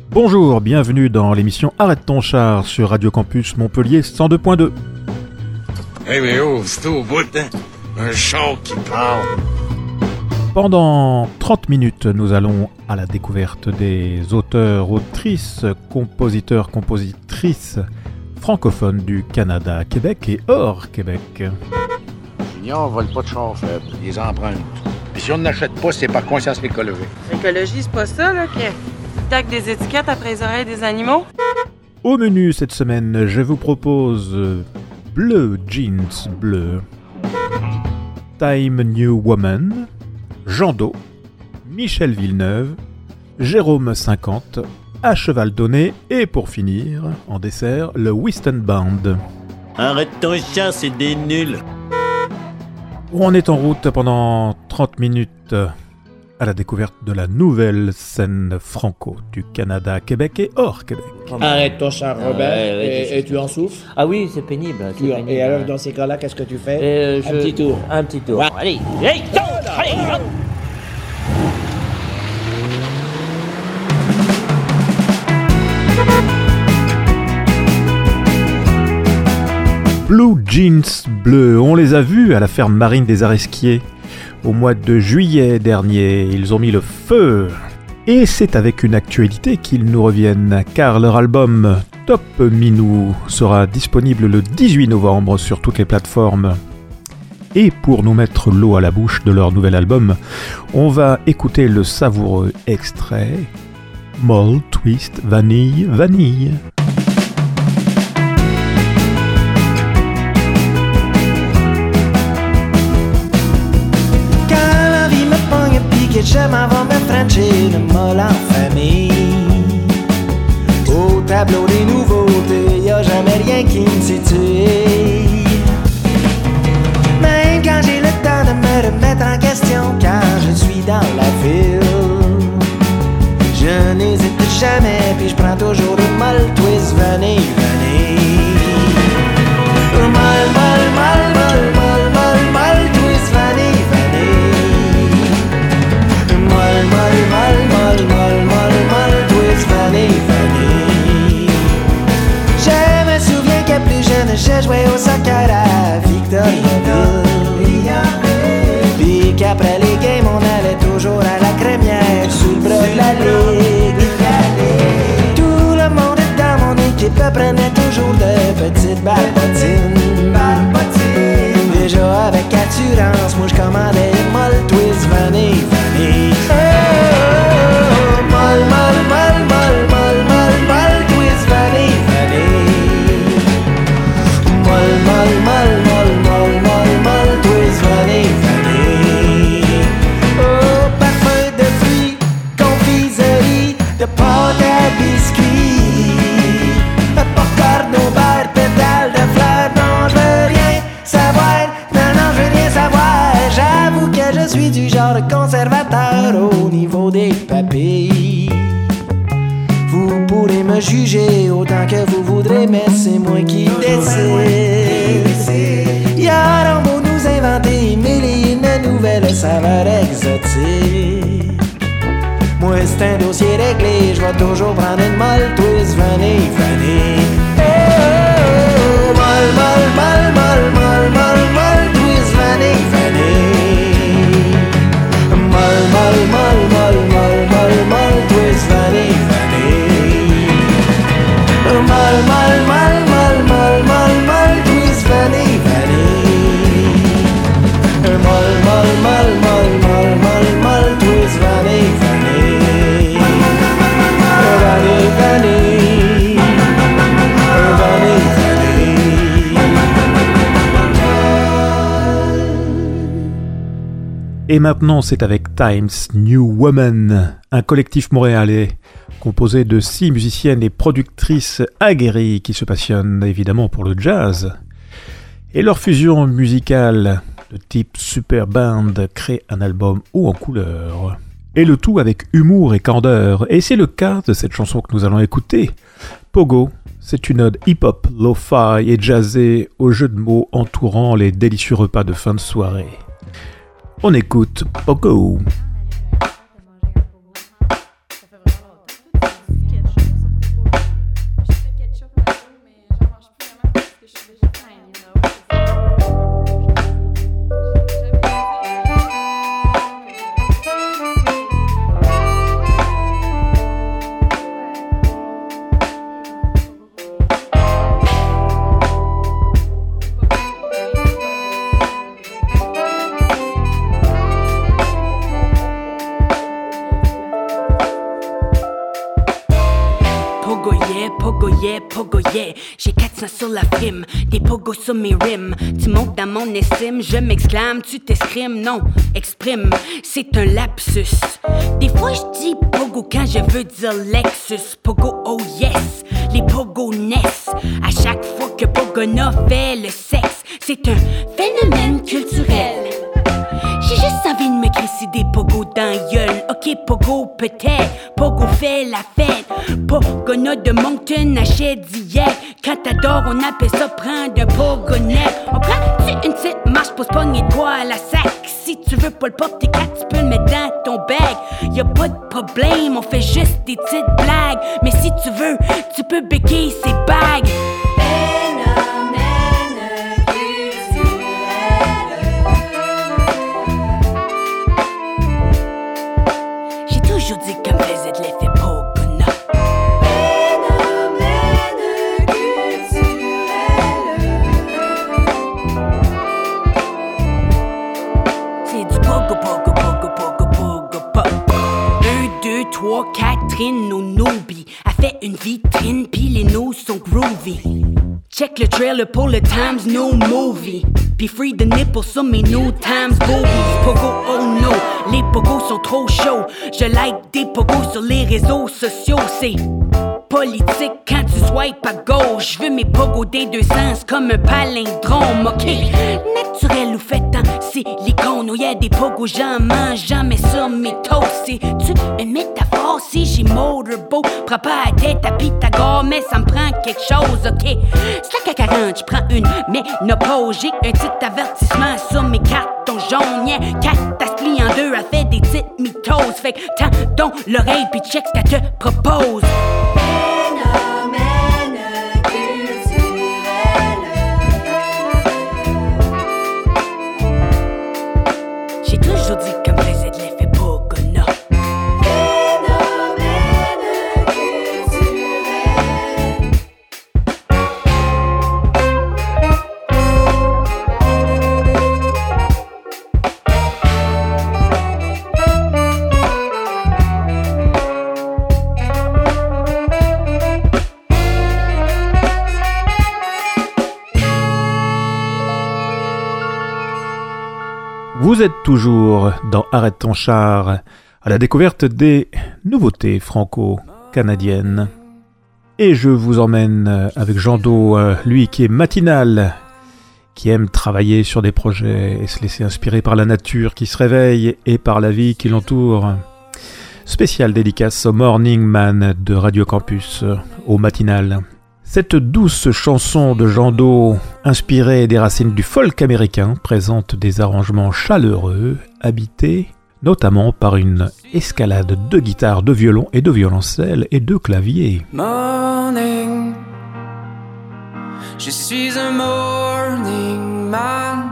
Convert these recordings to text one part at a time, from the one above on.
Bonjour, bienvenue dans l'émission Arrête ton char sur Radio Campus Montpellier 102.2. Eh mais oh, c'est au bout, hein? Un char qui parle. Pendant 30 minutes, nous allons à la découverte des auteurs, autrices, compositeurs, compositrices francophones du Canada, Québec et hors Québec. Junior vole pas de char faible, les emprunte. Puis si on n'achète pas, c'est par conscience écologique. L'écologie, c'est pas ça, là, que tac des étiquettes après les oreilles des animaux? Au menu cette semaine, je vous propose Bleu Jeans Bleu, Time New Woman, Jean Do, Michel Villeneuve, Jérôme 50, À Cheval Donné et pour finir, en dessert, le Whiston Band. Arrête ton char, c'est des nuls. On est en route pendant 30 minutes à la découverte de la nouvelle scène franco du Canada, Québec et hors Québec. Arrête ton char, Robert, et tu en souffres? Ah oui, c'est pénible. C'est pénible. Et alors, dans ces cas-là, qu'est-ce que tu fais? Un petit tour. Un petit tour. Ouais. Allez, hey, allez, Blue Jeans Bleu, on les a vus à la ferme marine des Aresquiers au mois de juillet dernier. Ils ont mis le feu. Et c'est avec une actualité qu'ils nous reviennent, car leur album Top Minou sera disponible le 18 novembre sur toutes les plateformes. Et pour nous mettre l'eau à la bouche de leur nouvel album, on va écouter le savoureux extrait Malt Twist Vanille Vanille. Je m'en vais me frencher le molle en famille. Au tableau des nouveautés, y'a jamais rien qui me situe. Même quand j'ai le temps de me remettre en question, quand je suis dans la ville, je n'hésite jamais, puis je prends toujours une molle twist vanille, vanille. Molle, molle, molle, molle, molle, molle, molle twist vanille, vanille. Molle, molle, molle, molle, molle, molle, molle, twist vanille, vanille. Je me souviens que plus jeune, je jouais au soccer à Victoriaville. Puis qu'après les games, on allait toujours à la crémière sous le bras de la ligue. Tout le monde dans mon équipe prenait toujours de petites barbotines. Déjà avec assurance, moi je commandais une molle twist vanille, vanille. Oh, molle, molle, molle, molle, molle, molle, molle, twist vanille, vanille. Molle, molle, molle, molle, molle, molle, molle, twist vanille, vanille. Oh, parfum de fruits, confiserie, de pâte à biscuits. Popcorn au beurre, pétales de fleurs, non je veux rien savoir. Non, je veux rien savoir. J'avoue que je suis du genre conservateur au niveau des papilles. Vous pourrez me juger autant que vous voudrez, mais c'est moi qui décide. Y'auront beau nous inventer mille et une nouvelles saveurs exotiques. Moi c'est un dossier réglé, je vais toujours prendre une molle twist vanille, vanille. Oh, molle, molle, molle, molle, molle, molle, molle, twist vanille, vanille. Molle, molle, molle, molle, molle, molle, molle, twist vanille, vanille. Molle, molle, molle, molle, molle, molle, molle, twist vanille, vanille. Molle, molle, molle, molle, molle, molle, molle, twist vanille, vanille. Vanille, vanille. Vanille, vanille. Et maintenant, c'est avec Times New Woman, un collectif montréalais composé de 6 musiciennes et productrices aguerries qui se passionnent évidemment pour le jazz. Et leur fusion musicale de type super band crée un album haut en couleur. Et le tout avec humour et candeur. Et c'est le cas de cette chanson que nous allons écouter. Pogo, c'est une ode hip-hop, lo-fi et jazzée au jeu de mots entourant les délicieux repas de fin de soirée. On écoute Pogo. Ça fait vraiment longtemps. pogo yeah. J'ai 400 sur la frime, des pogos sur mes rimes. Tu montes dans mon estime, je m'exclame, tu t'escrimes. Non, exprime, c'est un lapsus. Des fois je dis pogo quand je veux dire Lexus. Pogo oh yes, les pogos naissent. À chaque fois que Pogona fait le sexe, c'est un phénomène culturel. J'ai juste envie de me crisser des pogos dans la gueule. Ok, pogo peut-être, pogo fait la fête. Pogona de Moncton achète d'hier. Quand t'adores, on appelle ça prendre un pogonet. On prend-tu une petite marche pour se pogner de quoi à la sac? Si tu veux pas le porter 4, tu peux le mettre dans ton bag. Y'a pas de problème, on fait juste des petites blagues. Mais si tu veux, tu peux béquer ces bagues. Je dis qu'elle me faisait de l'effet Pogona. Phénomène culturel. C'est du pogo, pogo, pogo, pogo, pogo, pop. 1, 2, 3, Catherine, nos noobie. A fait une vitrine, pis les nos sont groovy. Check le trailer pour le Times New Movie. Puis free the nipple sur mes New Times boobies. Pogo, oh no, les pogos sont trop chauds. Je like des pogos sur les réseaux sociaux. C'est politique quand tu swipes à gauche. Je veux mes pogos des deux sens comme un palindrome. Ok, naturel ou fait en silicone. Oh yeah, des pogos j'en mange jamais sur mes toasts. C'est-tu une métaphore si j'ai motorboat? Prends pas la tête à Pythagore, mais ça me prend quelque chose. Ok, slack à 40, je prends une ménopause. J'ai un petit avertissement sur mes cartons jaunes. Yeah, 4 t'as split en deux, elle fait des petites mitoses. Fait que tends donc l'oreille pis check ce qu'elle te propose. Phénomène culturel. J'ai toujours dit qu'elle me faisait de l'effet Pogona. Phénomène culturel. Vous êtes toujours dans Arrête ton char, à la découverte des nouveautés franco-canadiennes. Et je vous emmène avec Jean Do, lui qui est matinal, qui aime travailler sur des projets et se laisser inspirer par la nature qui se réveille et par la vie qui l'entoure. Spéciale dédicace au Morning Man de Radio Campus, au matinal. Cette douce chanson de Jean Do, inspirée des racines du folk américain, présente des arrangements chaleureux, habités notamment par une escalade de guitares, de violon et de violoncelle et de clavier. Morning, je suis un morning man.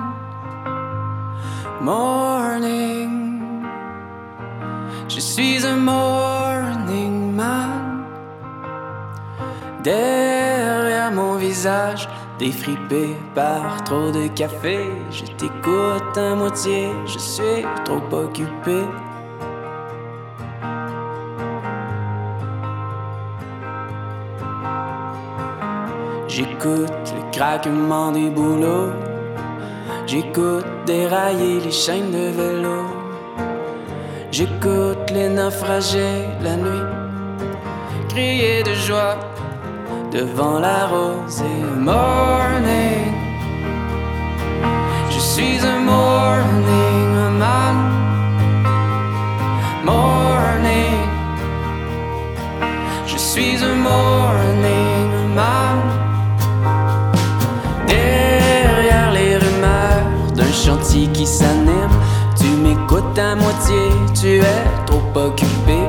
Morning, je suis un morning man. Derrière mon visage, défripé par trop de café, je t'écoute à moitié, je suis trop occupé. J'écoute le craquement des bouleaux, j'écoute dérailler les chaînes de vélo, j'écoute les naufragés la nuit crier de joie devant la rosée. Morning, je suis un morning man. Morning, je suis un morning man. Derrière les rumeurs d'un chantier qui s'anime, tu m'écoutes à moitié, tu es trop occupé.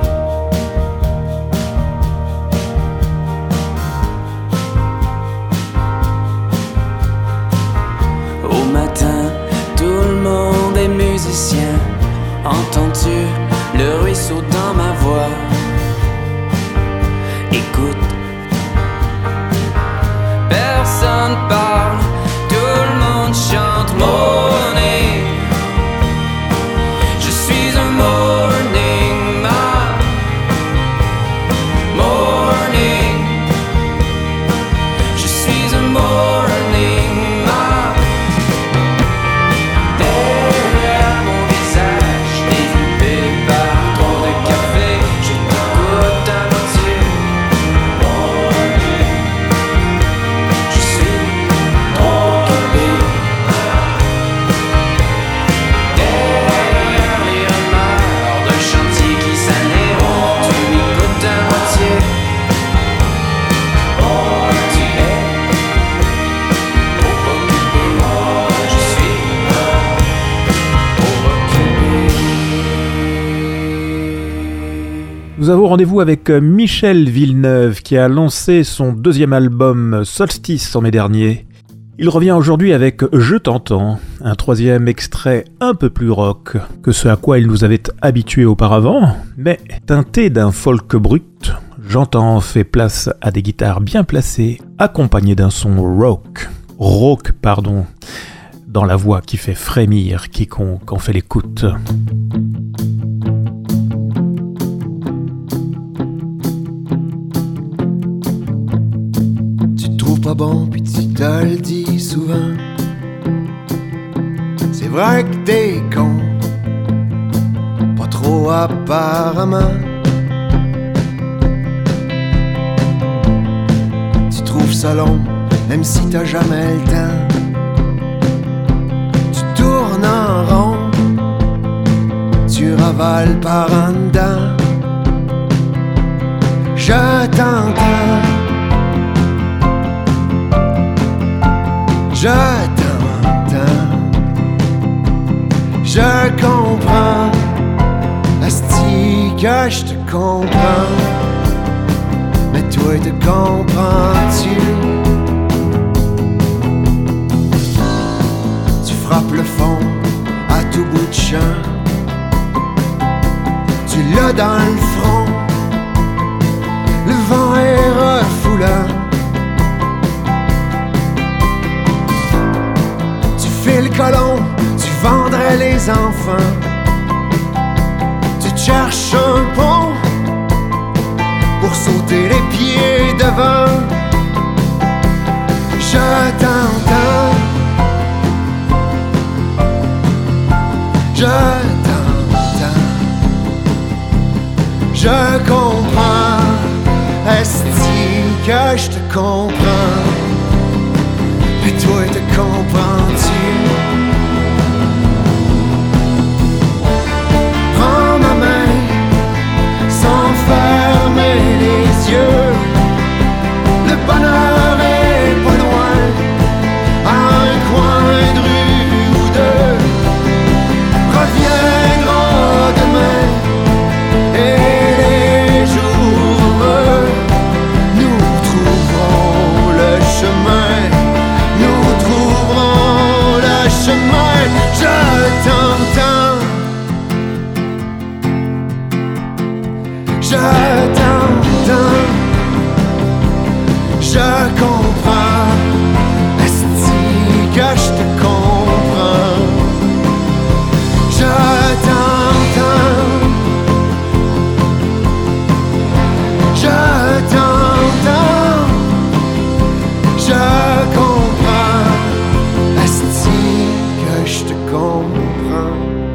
Entends-tu le ruisseau dans ma voix? Écoute, personne parle, tout le monde chante. Morning, je suis un morning man. Nous avons rendez-vous avec Michel Villeneuve qui a lancé son deuxième album Solstice en mai dernier. Il revient aujourd'hui avec Je t'entends, un troisième extrait un peu plus rock que ce à quoi il nous avait habitués auparavant, mais teinté d'un folk brut. J'entends fait place à des guitares bien placées, accompagnées d'un son rauque, dans la voix qui fait frémir quiconque en fait l'écoute. Tu te trouves pas bon, puis tu te le dis souvent. C'est vrai que t'es con, pas trop apparemment. Tu trouves ça long, même si t'as jamais le temps. Tu tournes en rond, tu ravales par en dedans. Je t'entends, je t'entends, je comprends, asti que je te comprends. Mais toi te comprends-tu? Tu frappes le fond à tout bout de champ. Tu l'as dans le front, le vent est refoulant. Tu fais le colon, tu vendrais les enfants. Tu te cherches un pont pour sauter les pieds devant. Je t'entends, je t'entends, je comprends, est-ce que je te comprends? Mais toi te comprends-tu? Prends ma main sans fermer les yeux. Le bonheur est pas loin, à un coin de rue ou deux. Reviendra demain et les jours heureux. Nous trouverons le chemin, nous trouverons le chemin. Je t'entends, je t'entends, je comprends, est-ce que je te comprends? Je t'entends, je t'entends, je comprends, est-ce que je te comprends?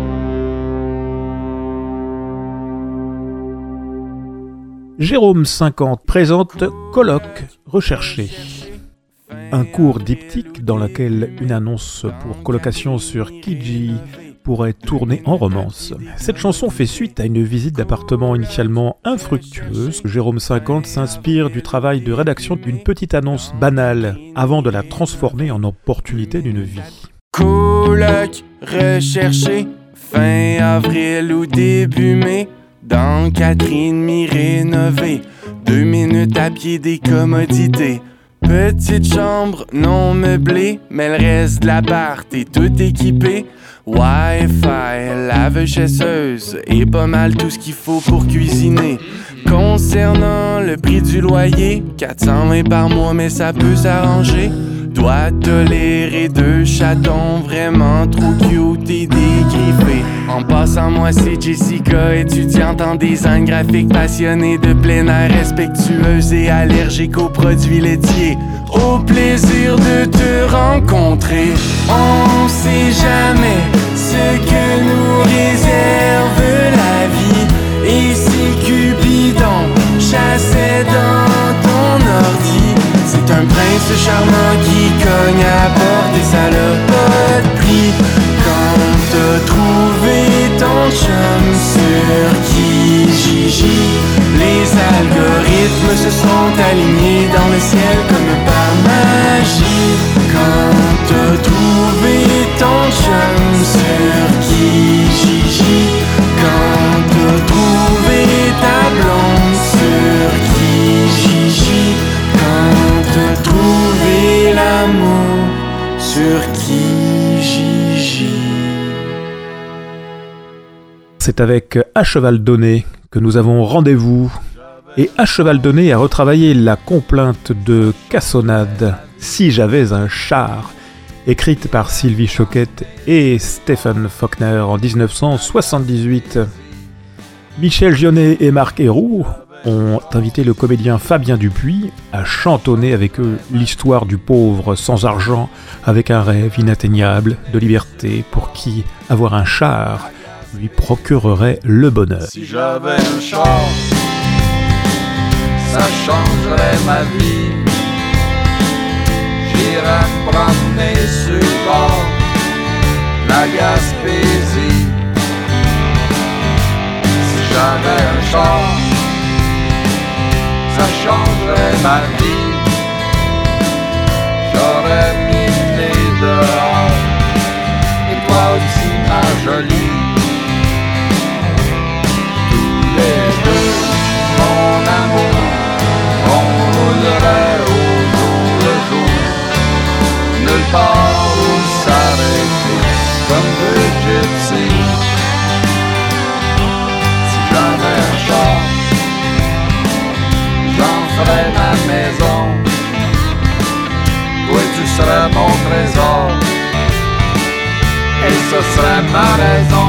Jérôme 50 présente Colloque recherché. Un court diptyque dans lequel une annonce pour colocation sur Kijiji pourrait tourner en romance. Cette chanson fait suite à une visite d'appartement initialement infructueuse. Jérôme 50 s'inspire du travail de rédaction d'une petite annonce banale avant de la transformer en opportunité d'une vie. Coloc recherché, fin avril ou début mai, dans 4,5 rénové, 2 minutes à pied des commodités. Petite chambre non meublée, mais le reste de l'appart est tout équipé. Wi-Fi, lave-chasseuse et pas mal tout ce qu'il faut pour cuisiner. Concernant le prix du loyer, 420 par mois, mais ça peut s'arranger. Dois tolérer 2 chatons vraiment trop cute et dégriffés. En passant, moi c'est Jessica, étudiante en design graphique, passionnée de plein air, respectueuse et allergique aux produits laitiers. Au plaisir de te rencontrer, on sait jamais ce que nous réserve la vie. Et si Cupidon chassait dans ton ordi, c'est un prince charmant qui cogne à porte et ça l'a pas de prix. Quand t'as trouvé ton chum sur Kijiji, les algorithmes se sont alignés dans le ciel comme par magie. Quand t'as trouvé ton chum sur Kijiji, quand t'as trouvé ta blonde c'est avec À Cheval Donné que nous avons rendez-vous. Et À Cheval Donné a retravaillé la complainte de Cassonade, Si j'avais un char, écrite par Sylvie Choquette et Stephen Faulkner en 1978. Michel Gionnet et Marc Héroux ont invité le comédien Fabien Dupuis à chantonner avec eux l'histoire du pauvre sans argent avec un rêve inatteignable de liberté pour qui avoir un char lui procurerait le bonheur. Si j'avais un char, ça changerait ma vie. J'irais me promener sur le bord, la Gaspésie. Si j'avais un char, ça changerait ma vie. J'aurais mis le nez dehors, et toi aussi ma jolie. Tous les deux, mon amour, on roulerait au jour le jour, nulle part où s'arrêter, comme deux gypsies. Si j'avais un char, j'en ferais ma maison, toi tu serais mon trésor, et ce serait ma raison.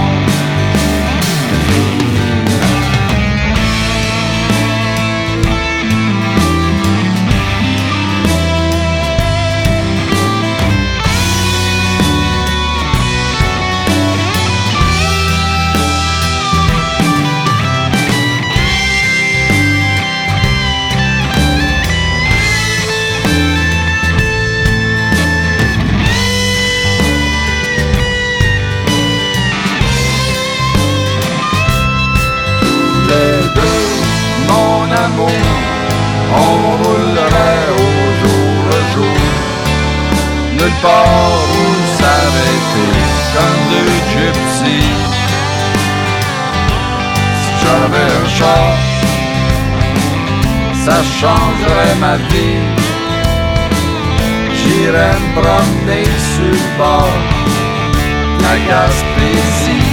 On roulerait au jour le jour, nulle part où s'arrêter, comme deux gypsies. Si j'avais un char, ça changerait ma vie. J'irais me promener sur le bord, la Gaspésie.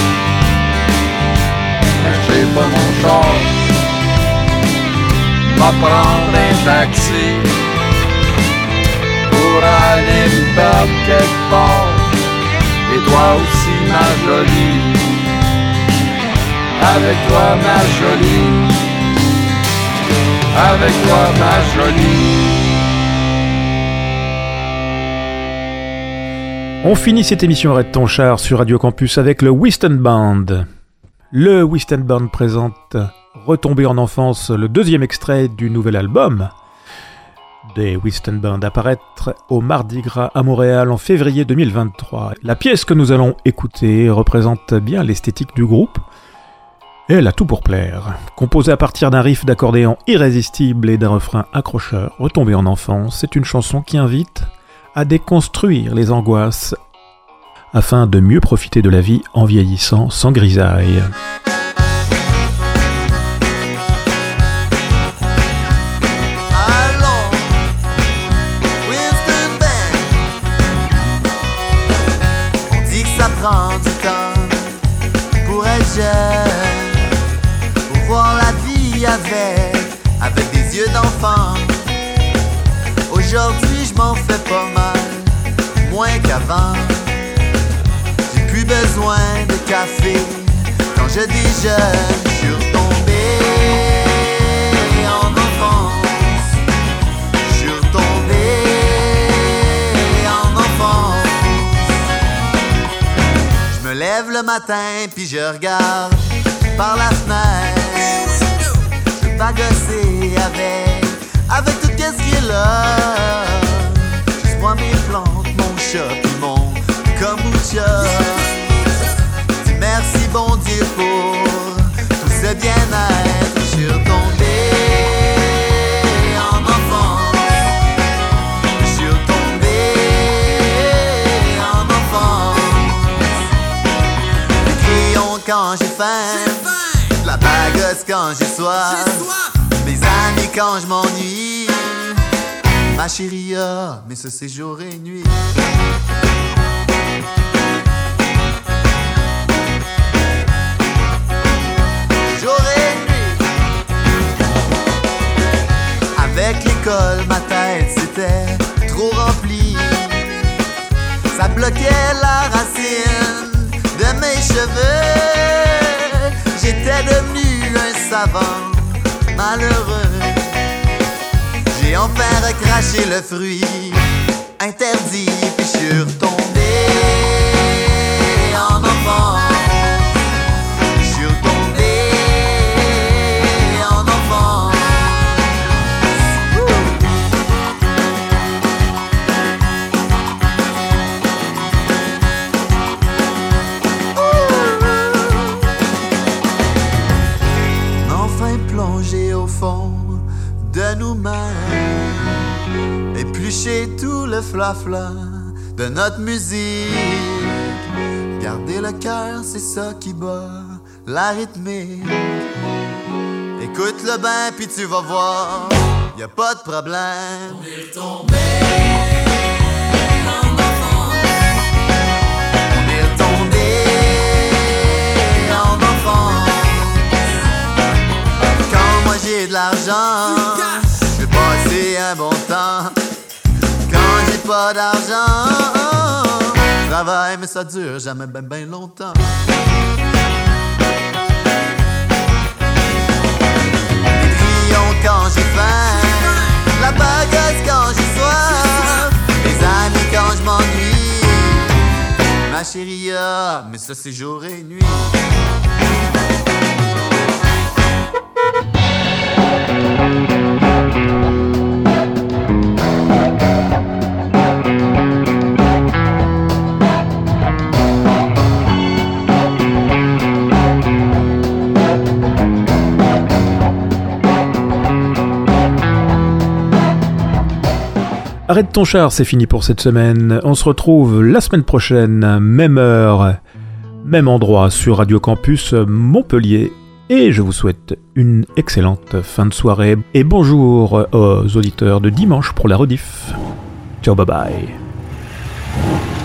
Mais j'ai pas mon char, va prendre un taxi pour aller me perdre quelque part. Et toi aussi ma jolie, avec toi ma jolie, avec toi ma jolie. On finit cette émission Arrête ton char sur Radio Campus avec le Whiston Band. Le Whiston Band présente Retomber en enfance, le deuxième extrait du nouvel album des Whiston Band, apparaître au Mardi Gras à Montréal en février 2023. La pièce que nous allons écouter représente bien l'esthétique du groupe et elle a tout pour plaire. Composée à partir d'un riff d'accordéon irrésistible et d'un refrain accrocheur, Retomber en enfance, c'est une chanson qui invite à déconstruire les angoisses afin de mieux profiter de la vie en vieillissant sans grisaille. Prends du temps pour être jeune, pour voir la vie avec des yeux d'enfant. Aujourd'hui je m'en fais pas mal, moins qu'avant. J'ai plus besoin de café quand je déjeune. Je suis retombé en enfance, je suis retombé en enfance. Je me lève le matin puis je regarde par la fenêtre. Je veux pas gosser avec tout ce qui est là. Juste moi mes plantes, mon chat puis mon kombucha. Dis merci bon Dieu pour tout ce bien-être. Je suis retombé en enfance, je suis retombé en enfance. Les crayons quand j'ai faim, la bagosse quand j'ai soif, mes amis quand je m'ennuie. Ma chérie, mais ce c'est jour et nuit. l'école, ma tête s'était trop remplie. Ça bloquait la racine de mes cheveux. J'étais devenu un savant malheureux. J'ai enfin recraché le fruit interdit, puis je suis retombé en enfant. Je suis retombé en enfant. Enfin plongé au fond de nous-mêmes, éplucher tout le flafla de notre musique. Garder le cœur, c'est ça qui bat la rythmique. Écoute-le bien, puis tu vas voir, y a pas de problème. On est retombé en enfance. On est retombé en enfance. Quand moi j'ai de l'argent, je vais passer un bon temps. Quand j'ai pas d'argent, je travaille mais ça dure jamais ben longtemps. Les grillons quand j'ai faim, la baguette quand j'ai soif, les amis quand je m'ennuie, ma chérie, mais ça c'est jour et nuit. Arrête ton char, c'est fini pour cette semaine. On se retrouve la semaine prochaine, même heure, même endroit sur Radio Campus Montpellier. Et je vous souhaite une excellente fin de soirée. Et bonjour aux auditeurs de dimanche pour la rediff. Ciao, bye bye.